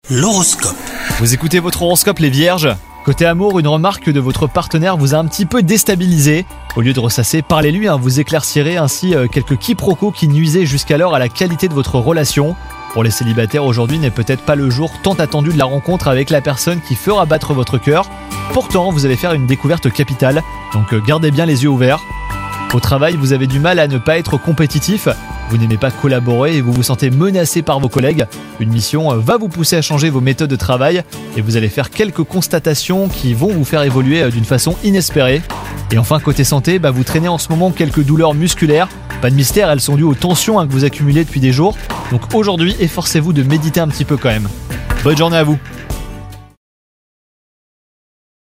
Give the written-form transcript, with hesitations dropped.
L'horoscope. Vous écoutez votre horoscope les vierges. Côté amour, une remarque de votre partenaire vous a un petit peu déstabilisé. Au lieu de ressasser, parlez-lui, vous éclaircirez ainsi quelques quiproquos qui nuisaient jusqu'alors à la qualité de votre relation. Pour les célibataires, aujourd'hui n'est peut-être pas le jour tant attendu de la rencontre avec la personne qui fera battre votre cœur. Pourtant, vous allez faire une découverte capitale, donc gardez bien les yeux ouverts. Au travail, vous avez du mal à ne pas être compétitif. Vous n'aimez pas collaborer et vous vous sentez menacé par vos collègues. Une mission va vous pousser à changer vos méthodes de travail et vous allez faire quelques constatations qui vont vous faire évoluer d'une façon inespérée. Et enfin, côté santé, vous traînez en ce moment quelques douleurs musculaires. Pas de mystère, elles sont dues aux tensions que vous accumulez depuis des jours. Donc aujourd'hui, efforcez-vous de méditer un petit peu quand même. Bonne journée à vous.